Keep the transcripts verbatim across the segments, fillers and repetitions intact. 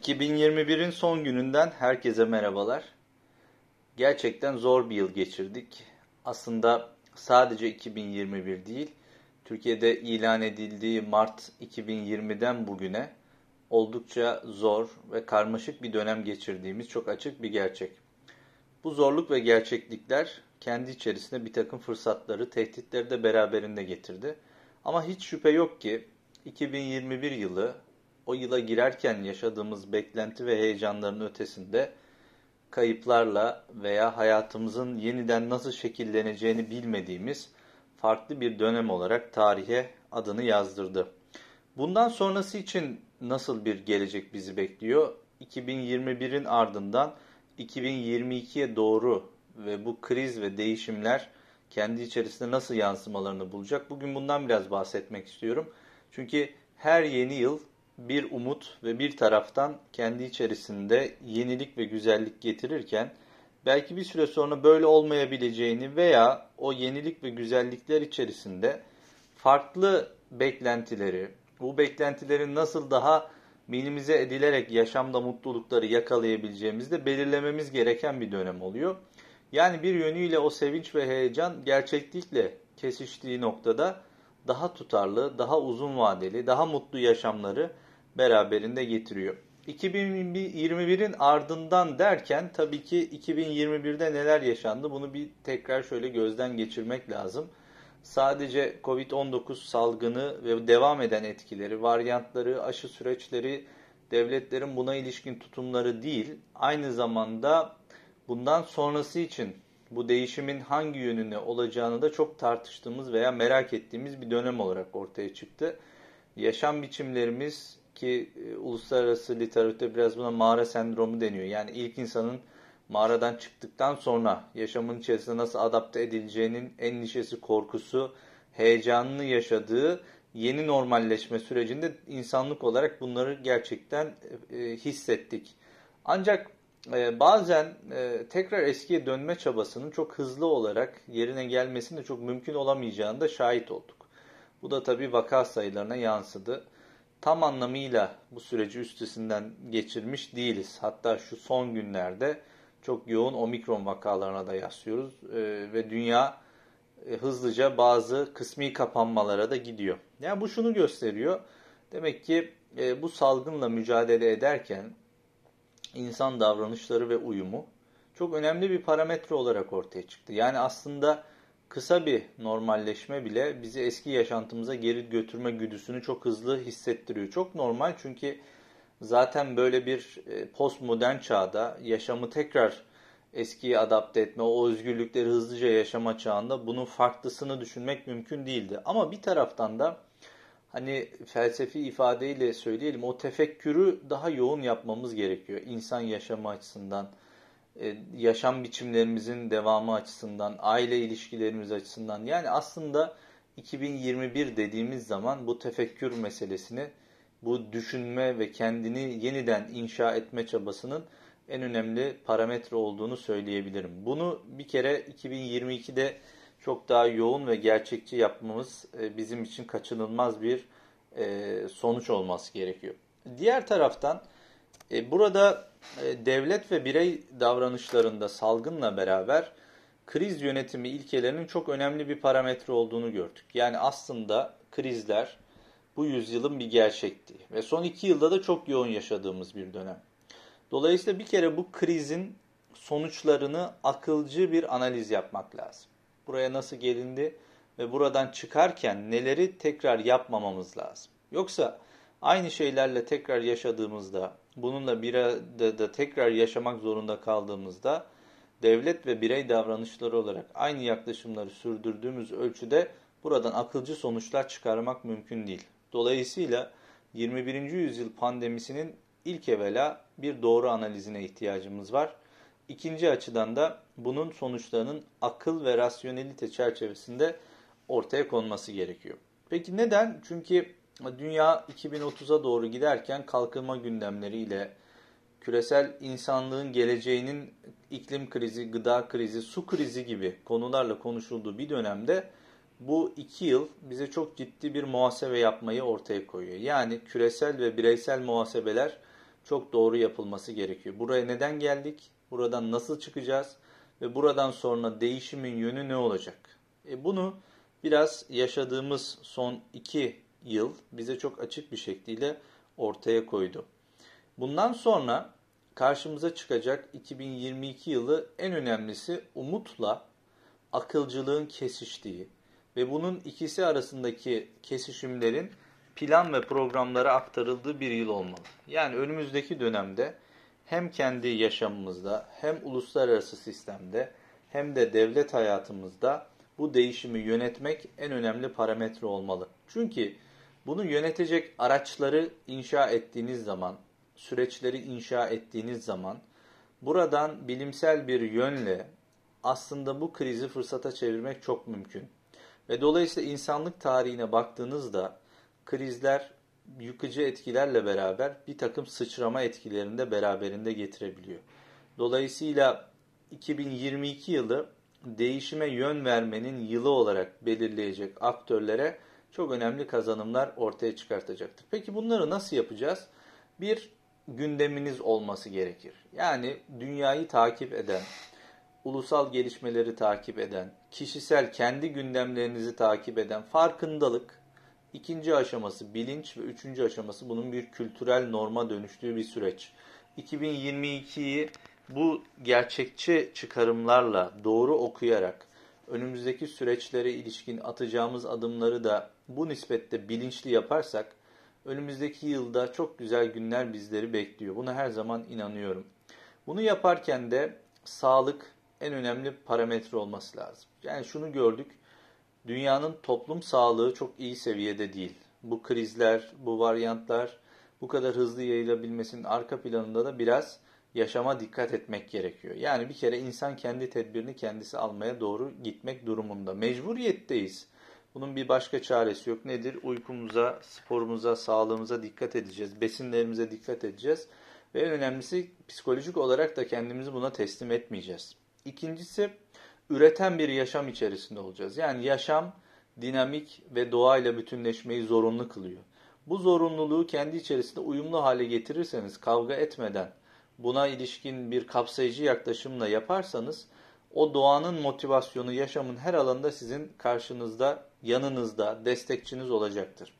iki bin yirmi birin son gününden herkese merhabalar. Gerçekten zor bir yıl geçirdik. Aslında sadece iki bin yirmi bir değil, Türkiye'de ilan edildiği Mart iki bin yirmiden bugüne oldukça zor ve karmaşık bir dönem geçirdiğimiz çok açık bir gerçek. Bu zorluk ve gerçeklikler kendi içerisinde bir takım fırsatları, tehditleri de beraberinde getirdi. Ama hiç şüphe yok ki iki bin yirmi bir yılı o yıla girerken yaşadığımız beklenti ve heyecanların ötesinde kayıplarla veya hayatımızın yeniden nasıl şekilleneceğini bilmediğimiz farklı bir dönem olarak tarihe adını yazdırdı. Bundan sonrası için nasıl bir gelecek bizi bekliyor? iki bin yirmi birin ardından iki bin yirmi ikiye doğru ve bu kriz ve değişimler kendi içerisinde nasıl yansımalarını bulacak? Bugün bundan biraz bahsetmek istiyorum. Çünkü her yeni yıl bir umut ve bir taraftan kendi içerisinde yenilik ve güzellik getirirken belki bir süre sonra böyle olmayabileceğini veya o yenilik ve güzellikler içerisinde farklı beklentileri, bu beklentilerin nasıl daha minimize edilerek yaşamda mutlulukları yakalayabileceğimizi de belirlememiz gereken bir dönem oluyor. Yani bir yönüyle o sevinç ve heyecan gerçeklikle kesiştiği noktada daha tutarlı, daha uzun vadeli, daha mutlu yaşamları beraberinde getiriyor. iki bin yirmi birin ardından derken tabii ki iki bin yirmi birde neler yaşandı bunu bir tekrar şöyle gözden geçirmek lazım. Sadece kovid on dokuz salgını ve devam eden etkileri, varyantları, aşı süreçleri, devletlerin buna ilişkin tutumları değil, aynı zamanda bundan sonrası için bu değişimin hangi yönüne olacağını da çok tartıştığımız veya merak ettiğimiz bir dönem olarak ortaya çıktı. Yaşam biçimlerimiz ki e, uluslararası literatürde biraz buna mağara sendromu deniyor. Yani ilk insanın mağaradan çıktıktan sonra yaşamın içerisinde nasıl adapte edileceğinin endişesi, korkusu, heyecanını yaşadığı yeni normalleşme sürecinde insanlık olarak bunları gerçekten e, hissettik. Ancak e, bazen e, tekrar eskiye dönme çabasının çok hızlı olarak yerine gelmesinin de çok mümkün olamayacağını da şahit olduk. Bu da tabii vaka sayılarına yansıdı. Tam anlamıyla bu süreci üstesinden geçirmiş değiliz. Hatta şu son günlerde çok yoğun omikron vakalarına da yaslıyoruz ee, ve dünya e, hızlıca bazı kısmi kapanmalara da gidiyor. Yani bu şunu gösteriyor. Demek ki e, bu salgınla mücadele ederken insan davranışları ve uyumu çok önemli bir parametre olarak ortaya çıktı. Yani aslında kısa bir normalleşme bile bizi eski yaşantımıza geri götürme güdüsünü çok hızlı hissettiriyor. Çok normal çünkü zaten böyle bir postmodern çağda yaşamı tekrar eskiye adapte etme, o özgürlükleri hızlıca yaşama çağında bunun farklısını düşünmek mümkün değildi. Ama bir taraftan da hani felsefi ifadeyle söyleyelim o tefekkürü daha yoğun yapmamız gerekiyor. İnsan yaşamı açısından, yaşam biçimlerimizin devamı açısından, aile ilişkilerimiz açısından. Yani aslında iki bin yirmi bir dediğimiz zaman bu tefekkür meselesini, bu düşünme ve kendini yeniden inşa etme çabasının en önemli parametre olduğunu söyleyebilirim. Bunu bir kere iki bin yirmi ikide çok daha yoğun ve gerçekçi yapmamız bizim için kaçınılmaz bir sonuç olması gerekiyor. Diğer taraftan burada devlet ve birey davranışlarında salgınla beraber kriz yönetimi ilkelerinin çok önemli bir parametre olduğunu gördük. Yani aslında krizler bu yüzyılın bir gerçekliği ve son iki yılda da çok yoğun yaşadığımız bir dönem. Dolayısıyla bir kere bu krizin sonuçlarını akılcı bir analiz yapmak lazım. Buraya nasıl gelindi ve buradan çıkarken neleri tekrar yapmamamız lazım. Yoksa aynı şeylerle tekrar yaşadığımızda, bununla bir arada da tekrar yaşamak zorunda kaldığımızda devlet ve birey davranışları olarak aynı yaklaşımları sürdürdüğümüz ölçüde buradan akılcı sonuçlar çıkarmak mümkün değil. Dolayısıyla yirmi birinci yüzyıl pandemisinin ilk evvela bir doğru analizine ihtiyacımız var. İkinci açıdan da bunun sonuçlarının akıl ve rasyonelite çerçevesinde ortaya konması gerekiyor. Peki neden? Çünkü dünya iki bin otuza doğru giderken kalkınma gündemleriyle küresel insanlığın geleceğinin iklim krizi, gıda krizi, su krizi gibi konularla konuşulduğu bir dönemde bu iki yıl bize çok ciddi bir muhasebe yapmayı ortaya koyuyor. Yani küresel ve bireysel muhasebeler çok doğru yapılması gerekiyor. Buraya neden geldik? Buradan nasıl çıkacağız? Ve buradan sonra değişimin yönü ne olacak? E bunu biraz yaşadığımız son iki yıl bize çok açık bir şekilde ortaya koydu. Bundan sonra karşımıza çıkacak iki bin yirmi iki yılı en önemlisi umutla akılcılığın kesiştiği ve bunun ikisi arasındaki kesişimlerin plan ve programlara aktarıldığı bir yıl olmalı. Yani önümüzdeki dönemde hem kendi yaşamımızda hem uluslararası sistemde hem de devlet hayatımızda bu değişimi yönetmek en önemli parametre olmalı. Çünkü bunu yönetecek araçları inşa ettiğiniz zaman, süreçleri inşa ettiğiniz zaman buradan bilimsel bir yönle aslında bu krizi fırsata çevirmek çok mümkün. Ve dolayısıyla insanlık tarihine baktığınızda krizler yıkıcı etkilerle beraber bir takım sıçrama etkilerini de beraberinde getirebiliyor. Dolayısıyla iki bin yirmi iki yılı değişime yön vermenin yılı olarak belirleyecek aktörlere çok önemli kazanımlar ortaya çıkartacaktır. Peki bunları nasıl yapacağız? Bir gündeminiz olması gerekir. Yani dünyayı takip eden, ulusal gelişmeleri takip eden, kişisel kendi gündemlerinizi takip eden farkındalık, ikinci aşaması bilinç ve üçüncü aşaması bunun bir kültürel norma dönüştüğü bir süreç. iki bin yirmi ikiyi bu gerçekçi çıkarımlarla doğru okuyarak önümüzdeki süreçlere ilişkin atacağımız adımları da bu nispette bilinçli yaparsak önümüzdeki yılda çok güzel günler bizleri bekliyor. Buna her zaman inanıyorum. Bunu yaparken de sağlık en önemli parametre olması lazım. Yani şunu gördük, dünyanın toplum sağlığı çok iyi seviyede değil. Bu krizler, bu varyantlar bu kadar hızlı yayılabilmesinin arka planında da biraz yaşama dikkat etmek gerekiyor. Yani bir kere insan kendi tedbirini kendisi almaya doğru gitmek durumunda. Mecburiyetteyiz. Bunun bir başka çaresi yok. Nedir? Uykumuza, sporumuza, sağlığımıza dikkat edeceğiz. Besinlerimize dikkat edeceğiz. Ve en önemlisi psikolojik olarak da kendimizi buna teslim etmeyeceğiz. İkincisi, üreten bir yaşam içerisinde olacağız. Yani yaşam dinamik ve doğayla bütünleşmeyi zorunlu kılıyor. Bu zorunluluğu kendi içerisinde uyumlu hale getirirseniz, kavga etmeden, buna ilişkin bir kapsayıcı yaklaşımla yaparsanız, o doğanın motivasyonu yaşamın her alanında sizin karşınızda, yanınızda, destekçiniz olacaktır.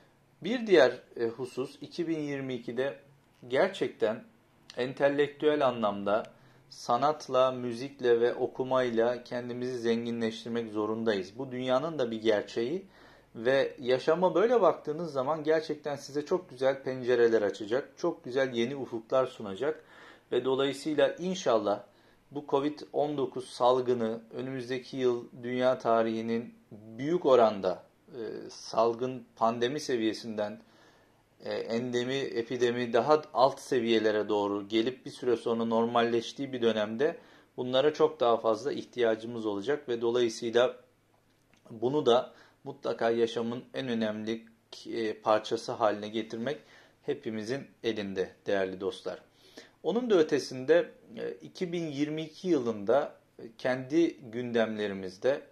Bir diğer husus iki bin yirmi ikide gerçekten entelektüel anlamda sanatla, müzikle ve okumayla kendimizi zenginleştirmek zorundayız. Bu dünyanın da bir gerçeği ve yaşama böyle baktığınız zaman gerçekten size çok güzel pencereler açacak, çok güzel yeni ufuklar sunacak ve dolayısıyla inşallah bu kovid on dokuz salgını önümüzdeki yıl dünya tarihinin büyük oranda e, salgın pandemi seviyesinden endemi, epidemi daha alt seviyelere doğru gelip bir süre sonra normalleştiği bir dönemde bunlara çok daha fazla ihtiyacımız olacak ve dolayısıyla bunu da mutlaka yaşamın en önemli parçası haline getirmek hepimizin elinde değerli dostlar. Onun da ötesinde iki bin yirmi iki yılında kendi gündemlerimizde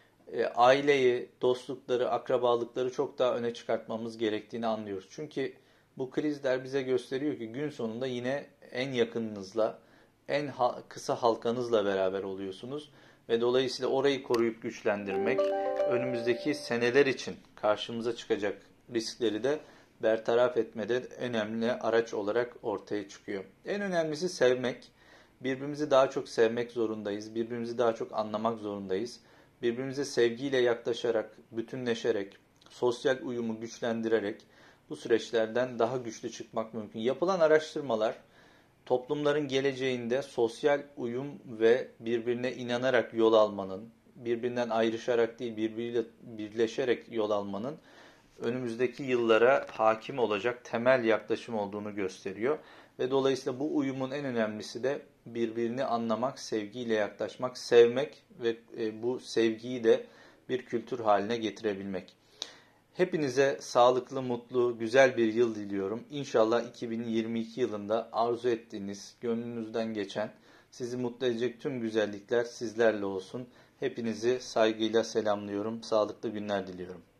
aileyi, dostlukları, akrabalıkları çok daha öne çıkartmamız gerektiğini anlıyoruz. Çünkü bu krizler bize gösteriyor ki gün sonunda yine en yakınınızla, en kısa halkanızla beraber oluyorsunuz. Ve dolayısıyla orayı koruyup güçlendirmek, önümüzdeki seneler için karşımıza çıkacak riskleri de bertaraf etmede önemli araç olarak ortaya çıkıyor. En önemlisi sevmek. Birbirimizi daha çok sevmek zorundayız. Birbirimizi daha çok anlamak zorundayız. Birbirimize sevgiyle yaklaşarak, bütünleşerek, sosyal uyumu güçlendirerek bu süreçlerden daha güçlü çıkmak mümkün. Yapılan araştırmalar toplumların geleceğinde sosyal uyum ve birbirine inanarak yol almanın, birbirinden ayrışarak değil birbiriyle birleşerek yol almanın önümüzdeki yıllara hakim olacak temel yaklaşım olduğunu gösteriyor. Ve dolayısıyla bu uyumun en önemlisi de birbirini anlamak, sevgiyle yaklaşmak, sevmek ve bu sevgiyi de bir kültür haline getirebilmek. Hepinize sağlıklı, mutlu, güzel bir yıl diliyorum. İnşallah iki bin yirmi iki yılında arzu ettiğiniz, gönlünüzden geçen, sizi mutlu edecek tüm güzellikler sizlerle olsun. Hepinizi saygıyla selamlıyorum. Sağlıklı günler diliyorum.